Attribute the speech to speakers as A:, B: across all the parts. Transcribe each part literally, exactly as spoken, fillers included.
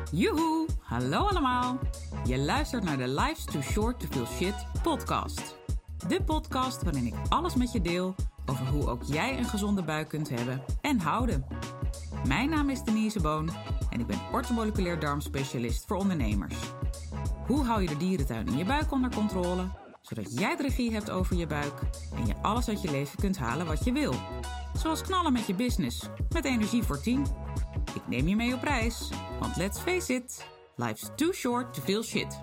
A: Joehoe, hallo allemaal. Je luistert naar de Life's Too Short to Feel Shit podcast. De podcast waarin ik alles met je deel over hoe ook jij een gezonde buik kunt hebben en houden. Mijn naam is Denise Boon en ik ben orthomoleculair darmspecialist voor ondernemers. Hoe hou je de dierentuin in je buik onder controle, zodat jij de regie hebt over je buik en je alles uit je leven kunt halen wat je wil. Zoals knallen met je business, met energie voor tien. Ik neem je mee op reis, want let's face it, life's too short to feel shit.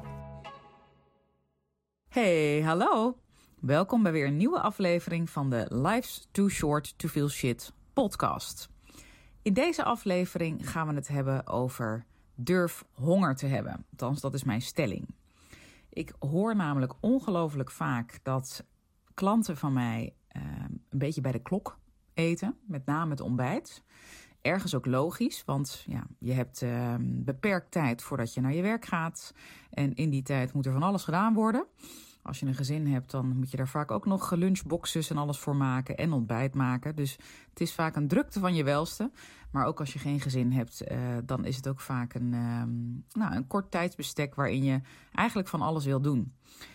A: Hey, hallo. Welkom bij weer een nieuwe aflevering van de Life's Too Short to Feel Shit podcast. In deze aflevering gaan we het hebben over durf honger te hebben. Althans, dat is mijn stelling. Ik hoor namelijk ongelooflijk vaak dat klanten van mij uh, een beetje bij de klok eten, met name het ontbijt. Ergens ook logisch, want ja, je hebt uh, beperkt tijd voordat je naar je werk gaat. En in die tijd moet er van alles gedaan worden. Als je een gezin hebt, dan moet je daar vaak ook nog lunchboxes en alles voor maken en ontbijt maken. Dus het is vaak een drukte van je welste. Maar ook als je geen gezin hebt, uh, dan is het ook vaak een, uh, nou, een kort tijdsbestek waarin je eigenlijk van alles wil doen.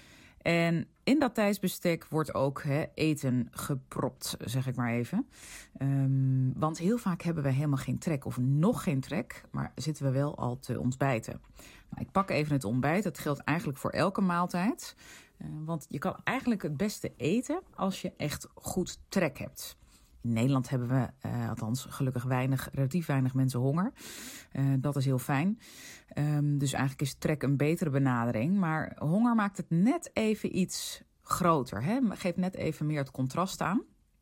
A: En in dat tijdsbestek wordt ook he, eten gepropt, zeg ik maar even. Um, want heel vaak hebben we helemaal geen trek of nog geen trek, maar zitten we wel al te ontbijten. Nou, ik pak even het ontbijt, dat geldt eigenlijk voor elke maaltijd. Uh, want je kan eigenlijk het beste eten als je echt goed trek hebt. In Nederland hebben we, uh, althans gelukkig weinig, relatief weinig mensen honger. Uh, dat is heel fijn. Um, dus eigenlijk is trek een betere benadering. Maar honger maakt het net even iets groter. Hè? Geeft net even meer het contrast aan.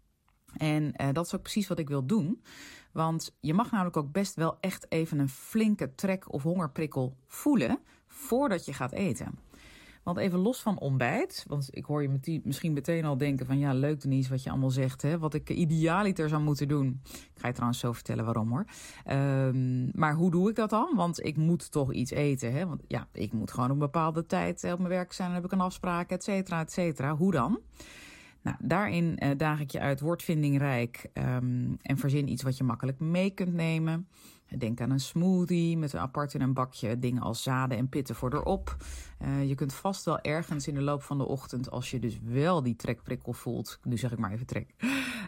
A: En uh, dat is ook precies wat ik wil doen. Want je mag namelijk ook best wel echt even een flinke trek of hongerprikkel voelen voordat je gaat eten. Want even los van ontbijt, want ik hoor je misschien meteen al denken van ja, leuk Denise wat je allemaal zegt, hè, wat ik idealiter zou moeten doen. Ik ga je trouwens zo vertellen waarom hoor. Um, maar hoe doe ik dat dan? Want ik moet toch iets eten, hè? Want ja, ik moet gewoon op een bepaalde tijd op mijn werk zijn, dan heb ik een afspraak, et cetera, et cetera. Hoe dan? Nou, daarin uh, daag ik je uit, word vindingrijk um, en verzin iets wat je makkelijk mee kunt nemen. Denk aan een smoothie met een apart in een bakje dingen als zaden en pitten voor erop. Uh, je kunt vast wel ergens in de loop van de ochtend, als je dus wel die trekprikkel voelt, nu zeg ik maar even trek,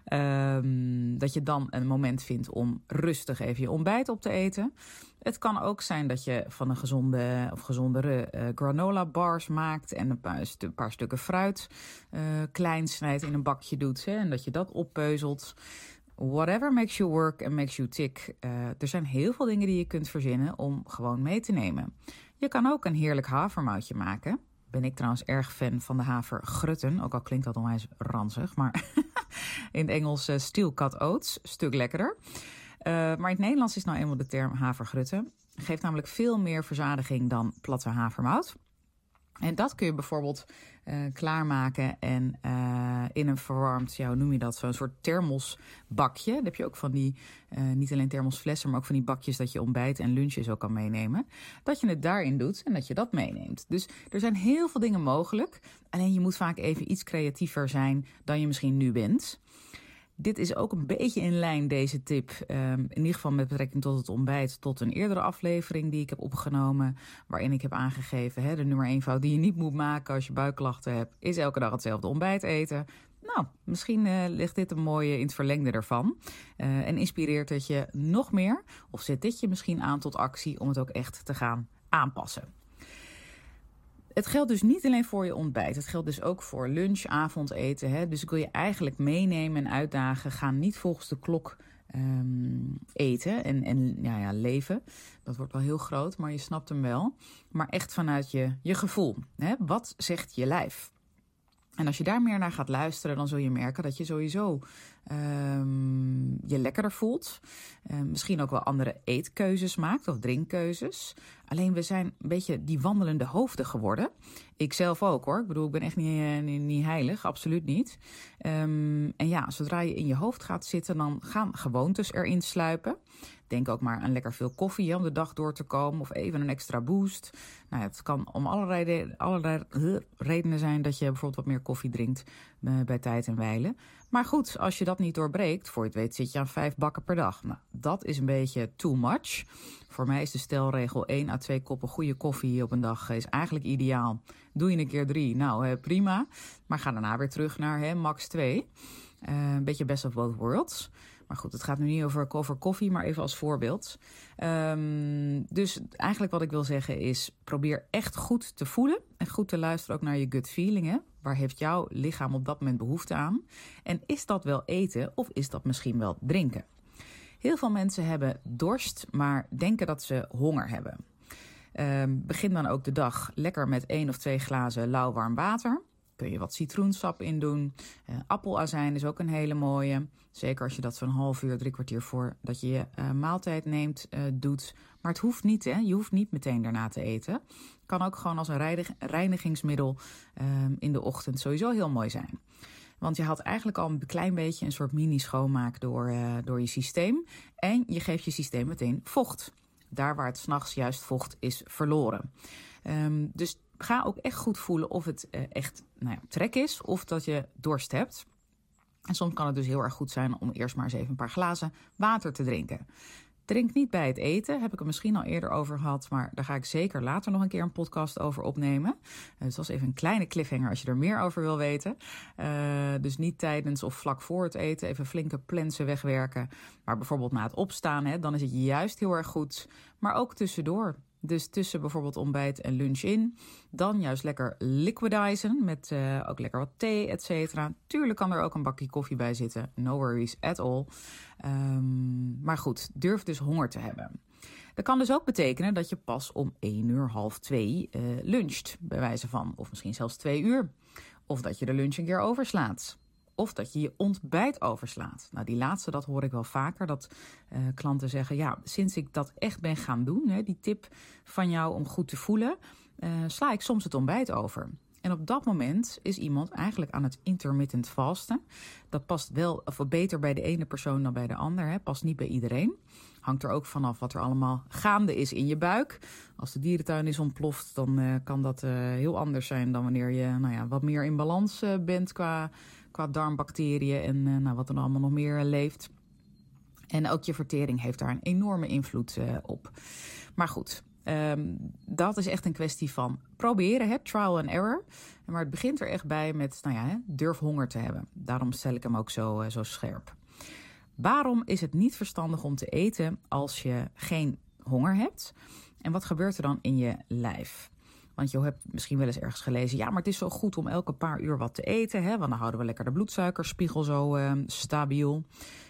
A: um, dat je dan een moment vindt om rustig even je ontbijt op te eten. Het kan ook zijn dat je van een gezonde of gezondere uh, granola bars maakt en een paar, stu- paar stukken fruit uh, klein snijdt in een bakje doet, hè, en dat je dat oppeuzelt. Whatever makes you work and makes you tick. Uh, er zijn heel veel dingen die je kunt verzinnen om gewoon mee te nemen. Je kan ook een heerlijk havermoutje maken. Ben ik trouwens erg fan van de havergrutten. Ook al klinkt dat onwijs ranzig. Maar in het Engels uh, steel cut oats. Stuk lekkerder. Uh, maar in het Nederlands is nou eenmaal de term havergrutten. Geeft namelijk veel meer verzadiging dan platte havermout. En dat kun je bijvoorbeeld uh, klaarmaken en uh, in een verwarmd, ja, hoe noem je dat, zo'n soort thermosbakje. Dan heb je ook van die, uh, niet alleen thermosflessen, maar ook van die bakjes dat je ontbijt en lunch zo kan meenemen. Dat je het daarin doet en dat je dat meeneemt. Dus er zijn heel veel dingen mogelijk. Alleen je moet vaak even iets creatiever zijn dan je misschien nu bent. Dit is ook een beetje in lijn, deze tip. Um, in ieder geval met betrekking tot het ontbijt, tot een eerdere aflevering die ik heb opgenomen, waarin ik heb aangegeven, hè, de nummer één fout die je niet moet maken als je buikklachten hebt, is elke dag hetzelfde ontbijt eten. Nou, misschien uh, ligt dit een mooie in het verlengde ervan. Uh, en inspireert het je nog meer? Of zet dit je misschien aan tot actie om het ook echt te gaan aanpassen? Het geldt dus niet alleen voor je ontbijt. Het geldt dus ook voor lunch, avondeten. Hè? Dus ik wil je eigenlijk meenemen en uitdagen. Ga niet volgens de klok um, eten en, en ja, ja, leven. Dat wordt wel heel groot, maar je snapt hem wel. Maar echt vanuit je, je gevoel. Hè? Wat zegt je lijf? En als je daar meer naar gaat luisteren, dan zul je merken dat je sowieso um, je lekkerder voelt. Uh, misschien ook wel andere eetkeuzes maakt of drinkkeuzes. Alleen we zijn een beetje die wandelende hoofden geworden. Ik zelf ook hoor. Ik bedoel, ik ben echt niet, niet, niet heilig. Absoluut niet. Um, en ja, zodra je in je hoofd gaat zitten, dan gaan gewoontes erin sluipen. Denk ook maar aan lekker veel koffie hè, om de dag door te komen. Of even een extra boost. Nou, het kan om allerlei, allerlei redenen zijn dat je bijvoorbeeld wat meer koffie drinkt uh, bij tijd en wijle. Maar goed, als je dat niet doorbreekt, voor je het weet zit je aan vijf bakken per dag. Nou, dat is een beetje too much. Voor mij is de stelregel één à twee koppen goede koffie op een dag is eigenlijk ideaal. Doe je een keer drie, nou hè, prima. Maar ga daarna weer terug naar hè, max twee. Uh, een beetje best of both worlds. Maar goed, het gaat nu niet over, over koffie, maar even als voorbeeld. Um, dus eigenlijk wat ik wil zeggen is, probeer echt goed te voelen. En goed te luisteren ook naar je gut feelingen. Waar heeft jouw lichaam op dat moment behoefte aan? En is dat wel eten of is dat misschien wel drinken? Heel veel mensen hebben dorst, maar denken dat ze honger hebben. Um, begin dan ook de dag lekker met één of twee glazen lauw warm water. Kun je wat citroensap in doen. Uh, appelazijn is ook een hele mooie. Zeker als je dat zo'n half uur, drie kwartier voor dat je je uh, maaltijd neemt, uh, doet. Maar het hoeft niet, hè? Je hoeft niet meteen daarna te eten. Kan ook gewoon als een reinig- reinigingsmiddel uh, in de ochtend sowieso heel mooi zijn. Want je haalt eigenlijk al een klein beetje een soort mini-schoonmaak door, uh, door je systeem. En je geeft je systeem meteen vocht. Daar waar het 's nachts juist vocht is verloren. Um, dus ga ook echt goed voelen of het uh, echt nou ja, trek is of dat je dorst hebt. En soms kan het dus heel erg goed zijn om eerst maar eens even een paar glazen water te drinken. Drink niet bij het eten, heb ik er misschien al eerder over gehad, maar daar ga ik zeker later nog een keer een podcast over opnemen. Uh, dus dat is even een kleine cliffhanger als je er meer over wil weten. Uh, dus niet tijdens of vlak voor het eten even flinke plensen wegwerken. Maar bijvoorbeeld na het opstaan, hè, dan is het juist heel erg goed. Maar ook tussendoor. Dus tussen bijvoorbeeld ontbijt en lunch in. Dan juist lekker liquidizen met uh, ook lekker wat thee, et cetera. Tuurlijk kan er ook een bakje koffie bij zitten. No worries at all. Um, maar goed, durf dus honger te hebben. Dat kan dus ook betekenen dat je pas om één uur, half twee uh, luncht, bij wijze van. Of misschien zelfs twee uur. Of dat je de lunch een keer overslaat. Of dat je je ontbijt overslaat. Nou, die laatste, dat hoor ik wel vaker. Dat uh, klanten zeggen, ja, sinds ik dat echt ben gaan doen, hè, die tip van jou om goed te voelen, uh, sla ik soms het ontbijt over. En op dat moment is iemand eigenlijk aan het intermittent vasten. Dat past wel of beter bij de ene persoon dan bij de ander. Hè. Past niet bij iedereen. Hangt er ook vanaf wat er allemaal gaande is in je buik. Als de dierentuin is ontploft, dan uh, kan dat uh, heel anders zijn dan wanneer je nou ja, wat meer in balans uh, bent qua, qua darmbacteriën en uh, nou, wat er allemaal nog meer uh, leeft. En ook je vertering heeft daar een enorme invloed uh, op. Maar goed, um, dat is echt een kwestie van proberen, hè? Trial and error. Maar het begint er echt bij met, nou ja, hè, durf honger te hebben. Daarom stel ik hem ook zo, uh, zo scherp. Waarom is het niet verstandig om te eten als je geen honger hebt? En wat gebeurt er dan in je lijf? Want je hebt misschien wel eens ergens gelezen, ja, maar het is zo goed om elke paar uur wat te eten, hè? Want dan houden we lekker de bloedsuikerspiegel zo uh, stabiel.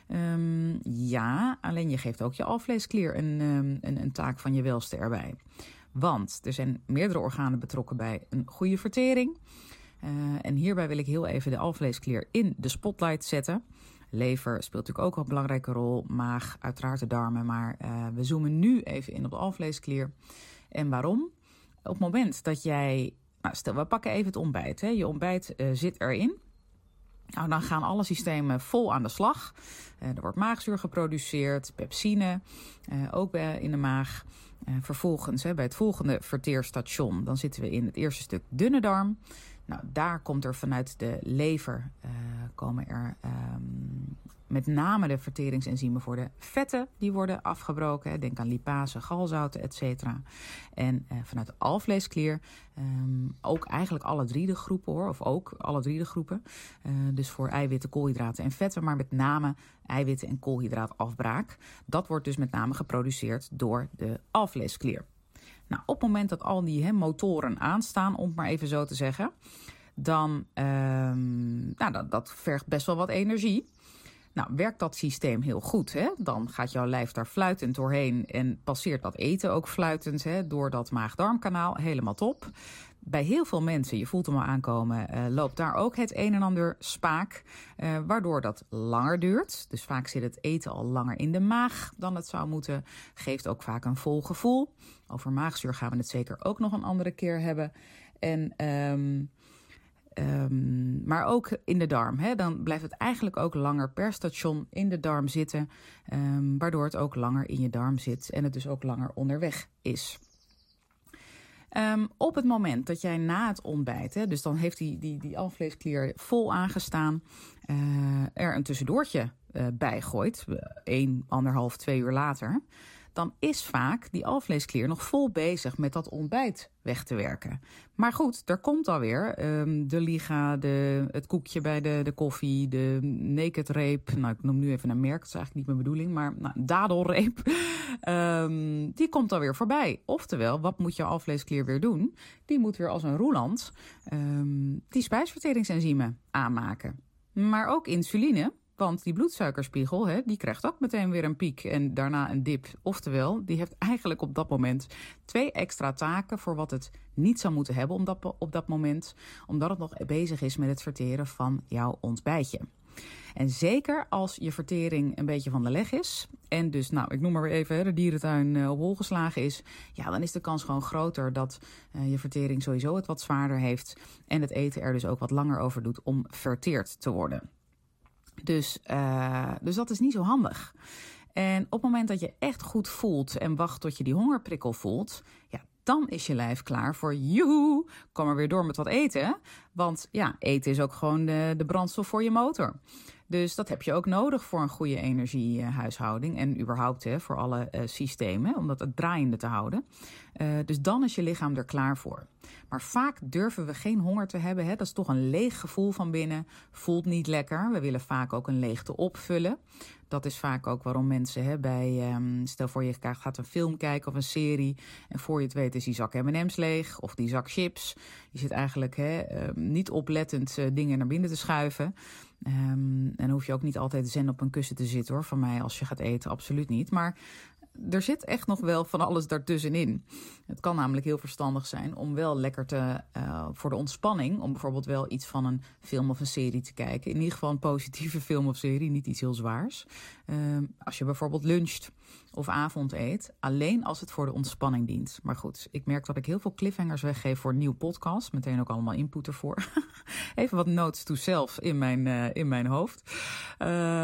A: Um, ja, alleen je geeft ook je alvleesklier een, um, een, een taak van je welste erbij. Want er zijn meerdere organen betrokken bij een goede vertering. Uh, en hierbij wil ik heel even de alvleesklier in de spotlight zetten. Lever speelt natuurlijk ook een belangrijke rol. Maag, uiteraard de darmen. Maar uh, we zoomen nu even in op de alvleesklier. En waarom? Op het moment dat jij... Nou, stel, we pakken even het ontbijt. Hè. Je ontbijt uh, zit erin. Nou, dan gaan alle systemen vol aan de slag. Uh, er wordt maagzuur geproduceerd, pepsine, uh, ook bij, in de maag. Uh, vervolgens, hè, bij het volgende verteerstation, dan zitten we in het eerste stuk dunne darm. Nou, daar komt er vanuit de lever, uh, komen er um, met name de verteringsenzymen voor de vetten, die worden afgebroken. Denk aan lipase, galzouten, et cetera. En uh, vanuit de alvleesklier um, ook eigenlijk alle drie de groepen, hoor. Of ook alle drie de groepen. Uh, dus voor eiwitten, koolhydraten en vetten, maar met name eiwitten en koolhydraatafbraak. Dat wordt dus met name geproduceerd door de alvleesklier. Nou, op het moment dat al die he, motoren aanstaan, om het maar even zo te zeggen, dan um, nou, dat, dat vergt best wel wat energie. Nou, werkt dat systeem heel goed, hè? Dan gaat jouw lijf daar fluitend doorheen en passeert dat eten ook fluitend, hè, door dat maag-darmkanaal. Helemaal top. Bij heel veel mensen, je voelt hem al aankomen, uh, loopt daar ook het een en ander spaak, uh, waardoor dat langer duurt. Dus vaak zit het eten al langer in de maag dan het zou moeten. Geeft ook vaak een vol gevoel. Over maagzuur gaan we het zeker ook nog een andere keer hebben. En... Um, Um, maar ook in de darm. Hè? Dan blijft het eigenlijk ook langer per station in de darm zitten. Um, waardoor het ook langer in je darm zit. En het dus ook langer onderweg is. Um, op het moment dat jij na het ontbijt, hè, dus dan heeft die, die, die alvleesklier vol aangestaan, uh, er een tussendoortje uh, bij gooit, één, anderhalf, twee uur later, dan is vaak die alvleesklier nog vol bezig met dat ontbijt weg te werken. Maar goed, er komt alweer um, de liga, de, het koekje bij de, de koffie, de naked reep. Nou, ik noem nu even een merk, dat is eigenlijk niet mijn bedoeling, maar nou, dadelreep. Um, die komt alweer voorbij. Oftewel, wat moet je alvleesklier weer doen? Die moet weer als een roeland um, die spijsverteringsenzymen aanmaken. Maar ook insuline. Want die bloedsuikerspiegel, hè, die krijgt ook meteen weer een piek en daarna een dip. Oftewel, die heeft eigenlijk op dat moment twee extra taken voor wat het niet zou moeten hebben op dat, op dat moment. Omdat het nog bezig is met het verteren van jouw ontbijtje. En zeker als je vertering een beetje van de leg is. En dus, nou, ik noem maar weer even, hè, de dierentuin uh, op hol geslagen is. Ja, dan is de kans gewoon groter dat uh, je vertering sowieso het wat zwaarder heeft. En het eten er dus ook wat langer over doet om verteerd te worden. Dus, uh, dus dat is niet zo handig. En op het moment dat je echt goed voelt en wacht tot je die hongerprikkel voelt, ja, dan is je lijf klaar voor joehoe, kom maar weer door met wat eten. Want ja, eten is ook gewoon de, de brandstof voor je motor. Dus dat heb je ook nodig voor een goede energiehuishouding en überhaupt hè, voor alle uh, systemen, om dat het draaiende te houden. Uh, dus dan is je lichaam er klaar voor. Maar vaak durven we geen honger te hebben. Hè? Dat is toch een leeg gevoel van binnen. Voelt niet lekker. We willen vaak ook een leegte opvullen. Dat is vaak ook waarom mensen hè, bij... Um, stel voor je gaat een film kijken of een serie. En voor je het weet is die zak M en M's leeg. Of die zak chips. Je zit eigenlijk hè, um, niet oplettend uh, dingen naar binnen te schuiven. Um, en hoef je ook niet altijd zen op een kussen te zitten hoor. Van mij als je gaat eten, absoluut niet. Maar er zit echt nog wel van alles daartussenin. Het kan namelijk heel verstandig zijn om wel lekker te, uh, voor de ontspanning, om bijvoorbeeld wel iets van een film of een serie te kijken. In ieder geval een positieve film of serie, niet iets heel zwaars. Uh, als je bijvoorbeeld luncht of avond eet, alleen als het voor de ontspanning dient. Maar goed, ik merk dat ik heel veel cliffhangers weggeef voor een nieuw podcast. Meteen ook allemaal input ervoor. Even wat notes to self in mijn, uh, in mijn hoofd. Uh,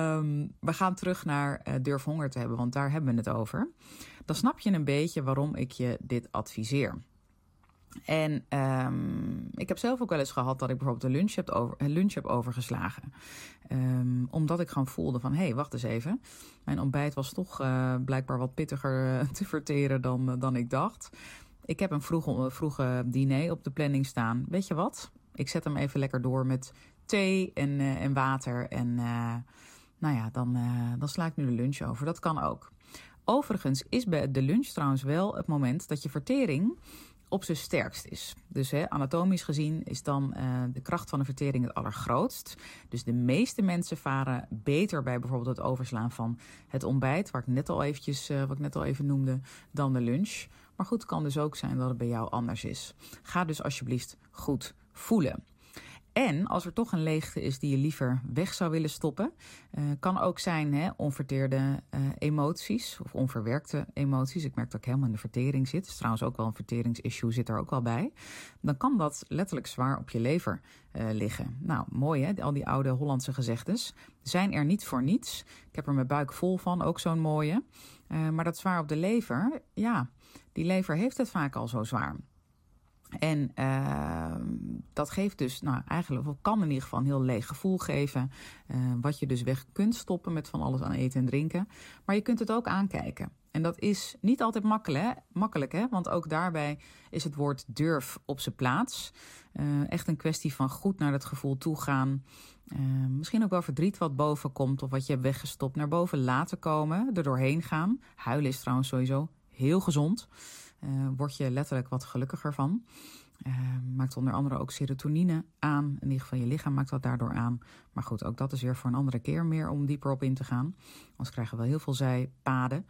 A: we gaan terug naar uh, durf honger te hebben, want daar hebben we het over. Dan snap je een beetje waarom ik je dit adviseer. En um, ik heb zelf ook wel eens gehad dat ik bijvoorbeeld een lunch heb, over, een lunch heb overgeslagen. Um, omdat ik gewoon voelde van, hé, hey, wacht eens even. Mijn ontbijt was toch uh, blijkbaar wat pittiger uh, te verteren dan, uh, dan ik dacht. Ik heb een vroege, vroege diner op de planning staan. Weet je wat? Ik zet hem even lekker door met thee en, uh, en water. En uh, nou ja, dan, uh, dan sla ik nu de lunch over. Dat kan ook. Overigens is bij de lunch trouwens wel het moment dat je vertering op zijn sterkst is. Dus hè, anatomisch gezien is dan uh, de kracht van de vertering het allergrootst. Dus de meeste mensen varen beter bij bijvoorbeeld het overslaan van het ontbijt, waar ik net al eventjes, uh, wat ik net al even noemde, dan de lunch. Maar goed, het kan dus ook zijn dat het bij jou anders is. Ga dus alsjeblieft goed voelen. En als er toch een leegte is die je liever weg zou willen stoppen, uh, kan ook zijn hè, onverteerde uh, emoties of onverwerkte emoties. Ik merk dat ik helemaal in de vertering zit. Dus trouwens ook wel een verteringsissue zit er ook wel bij. Dan kan dat letterlijk zwaar op je lever uh, liggen. Nou, mooi hè, al die oude Hollandse gezegdes zijn er niet voor niets. Ik heb er mijn buik vol van, ook zo'n mooie. Uh, maar dat zwaar op de lever, ja, die lever heeft het vaak al zo zwaar. En uh, dat geeft dus, nou eigenlijk, kan in ieder geval een heel leeg gevoel geven. Uh, wat je dus weg kunt stoppen met van alles aan eten en drinken. Maar je kunt het ook aankijken. En dat is niet altijd makkelijk, hè? makkelijk, hè? Want ook daarbij is het woord durf op zijn plaats. Uh, echt een kwestie van goed naar dat gevoel toe gaan. Uh, misschien ook wel verdriet wat boven komt of wat je hebt weggestopt naar boven laten komen. Er doorheen gaan. Huilen is trouwens sowieso heel gezond. Uh, word je letterlijk wat gelukkiger van. Uh, maakt onder andere ook serotonine aan. In ieder geval je lichaam maakt dat daardoor aan. Maar goed, ook dat is weer voor een andere keer meer om dieper op in te gaan. Anders krijgen we wel heel veel zijpaden.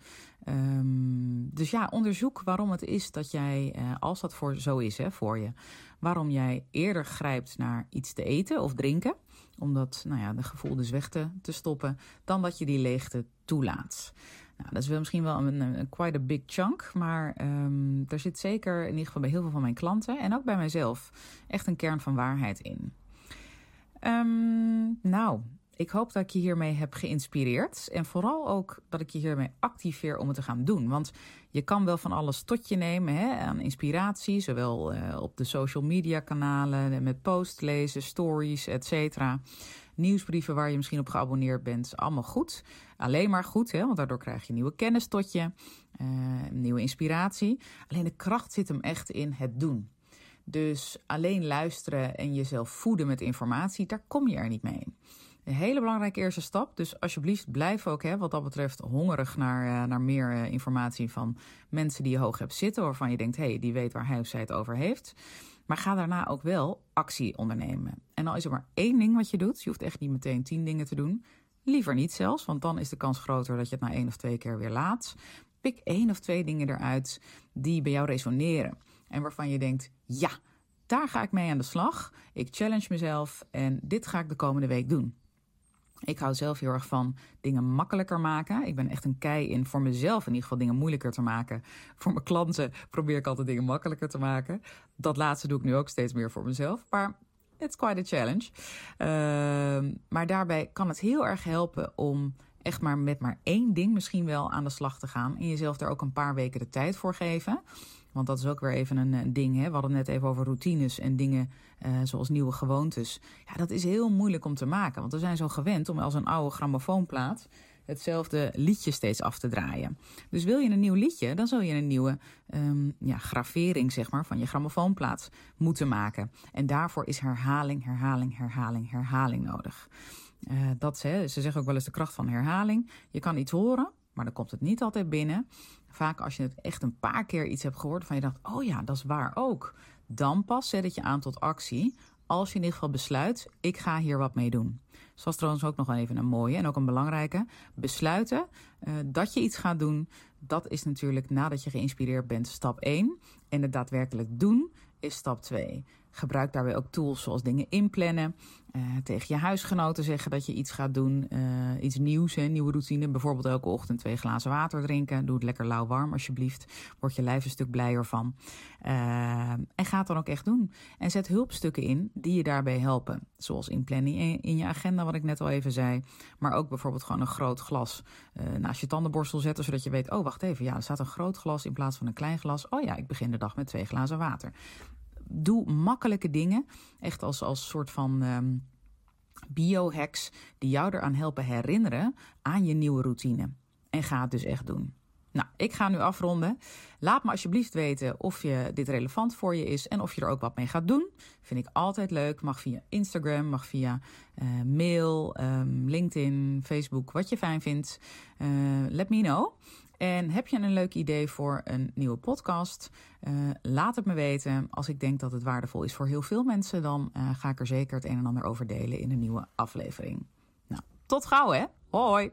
A: Um, dus ja, onderzoek waarom het is dat jij, uh, als dat voor zo is hè, voor je, waarom jij eerder grijpt naar iets te eten of drinken. Om dat, nou ja, de gevoel dus weg te, te stoppen. Dan dat je die leegte toelaat. Nou, dat is wel misschien wel een, een quite a big chunk, maar um, er zit zeker in ieder geval bij heel veel van mijn klanten en ook bij mijzelf echt een kern van waarheid in. Um, nou, Ik hoop dat ik je hiermee heb geïnspireerd. En vooral ook dat ik je hiermee activeer om het te gaan doen. Want je kan wel van alles tot je nemen hè, aan inspiratie. Zowel uh, op de social media kanalen, met posts lezen, stories, et cetera. Nieuwsbrieven waar je misschien op geabonneerd bent. Allemaal goed. Alleen maar goed, hè, want daardoor krijg je nieuwe kennis tot je. Uh, nieuwe inspiratie. Alleen de kracht zit hem echt in het doen. Dus alleen luisteren en jezelf voeden met informatie, daar kom je er niet mee. Een hele belangrijke eerste stap. Dus alsjeblieft blijf ook hè, wat dat betreft hongerig naar, uh, naar meer uh, informatie van mensen die je hoog hebt zitten. Waarvan je denkt, hé, hey, die weet waar hij of zij het over heeft. Maar ga daarna ook wel actie ondernemen. En al is er maar één ding wat je doet. Je hoeft echt niet meteen tien dingen te doen. Liever niet zelfs, want dan is de kans groter dat je het na één of twee keer weer laat. Pik één of twee dingen eruit die bij jou resoneren. En waarvan je denkt, ja, daar ga ik mee aan de slag. Ik challenge mezelf en dit ga ik de komende week doen. Ik hou zelf heel erg van dingen makkelijker maken. Ik ben echt een kei in voor mezelf in ieder geval dingen moeilijker te maken. Voor mijn klanten probeer ik altijd dingen makkelijker te maken. Dat laatste doe ik nu ook steeds meer voor mezelf. Maar it's quite a challenge. Uh, maar daarbij kan het heel erg helpen om echt maar met maar één ding misschien wel aan de slag te gaan. En jezelf daar ook een paar weken de tijd voor geven. Want dat is ook weer even een, een ding. Hè? We hadden het net even over routines en dingen uh, zoals nieuwe gewoontes. Ja, dat is heel moeilijk om te maken. Want we zijn zo gewend om als een oude grammofoonplaat hetzelfde liedje steeds af te draaien. Dus wil je een nieuw liedje, dan zul je een nieuwe um, ja, gravering zeg maar, van je grammofoonplaat moeten maken. En daarvoor is herhaling, herhaling, herhaling, herhaling nodig. Uh, dat, hè, ze zeggen ook wel eens de kracht van herhaling. Je kan iets horen, maar dan komt het niet altijd binnen. Vaak als je het echt een paar keer iets hebt gehoord van je dacht, oh ja, dat is waar ook. Dan pas zet het je aan tot actie. Als je in ieder geval besluit, ik ga hier wat mee doen. Zoals trouwens ook nog even een mooie en ook een belangrijke. Besluiten uh, dat je iets gaat doen, dat is natuurlijk nadat je geïnspireerd bent stap één. En het daadwerkelijk doen is stap twee. Gebruik daarbij ook tools zoals dingen inplannen. Uh, tegen je huisgenoten zeggen dat je iets gaat doen. Uh, iets nieuws, een nieuwe routine. Bijvoorbeeld elke ochtend twee glazen water drinken. Doe het lekker lauw warm alsjeblieft. Word je lijf een stuk blijer van. Uh, en ga het dan ook echt doen. En zet hulpstukken in die je daarbij helpen. Zoals inplanning in, in je agenda, wat ik net al even zei. Maar ook bijvoorbeeld gewoon een groot glas uh, naast je tandenborstel zetten. Zodat je weet, oh wacht even, ja, er staat een groot glas in plaats van een klein glas. Oh ja, ik begin de dag met twee glazen water. Doe makkelijke dingen, echt als, als soort van um, biohacks die jou eraan helpen herinneren aan je nieuwe routine. En ga het dus echt doen. Nou, ik ga nu afronden. Laat me alsjeblieft weten of je dit relevant voor je is en of je er ook wat mee gaat doen. Vind ik altijd leuk. Mag via Instagram, mag via uh, mail, um, LinkedIn, Facebook, wat je fijn vindt. Uh, let me know. En heb je een leuk idee voor een nieuwe podcast? Uh, laat het me weten. Als ik denk dat het waardevol is voor heel veel mensen, dan uh, ga ik er zeker het een en ander over delen in een nieuwe aflevering. Nou, tot gauw hè. Hoi!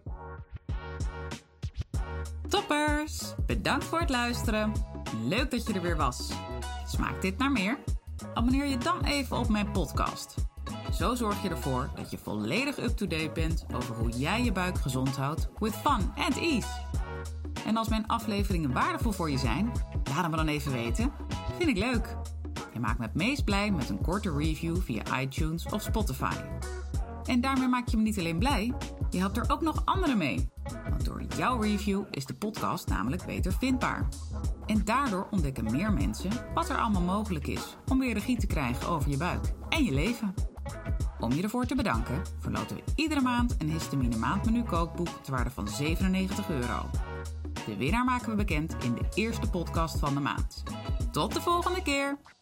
A: Toppers! Bedankt voor het luisteren. Leuk dat je er weer was. Smaakt dit naar meer? Abonneer je dan even op mijn podcast. Zo zorg je ervoor dat je volledig up-to-date bent over hoe jij je buik gezond houdt with fun and ease. En als mijn afleveringen waardevol voor je zijn, laat het me dan even weten. Vind ik leuk. Je maakt me het meest blij met een korte review via iTunes of Spotify. En daarmee maak je me niet alleen blij, je helpt er ook nog anderen mee. Want door jouw review is de podcast namelijk beter vindbaar. En daardoor ontdekken meer mensen wat er allemaal mogelijk is om weer regie te krijgen over je buik en je leven. Om je ervoor te bedanken, verloten we iedere maand een Histamine maandmenu kookboek ter waarde van zevenennegentig euro. De winnaar maken we bekend in de eerste podcast van de maand. Tot de volgende keer!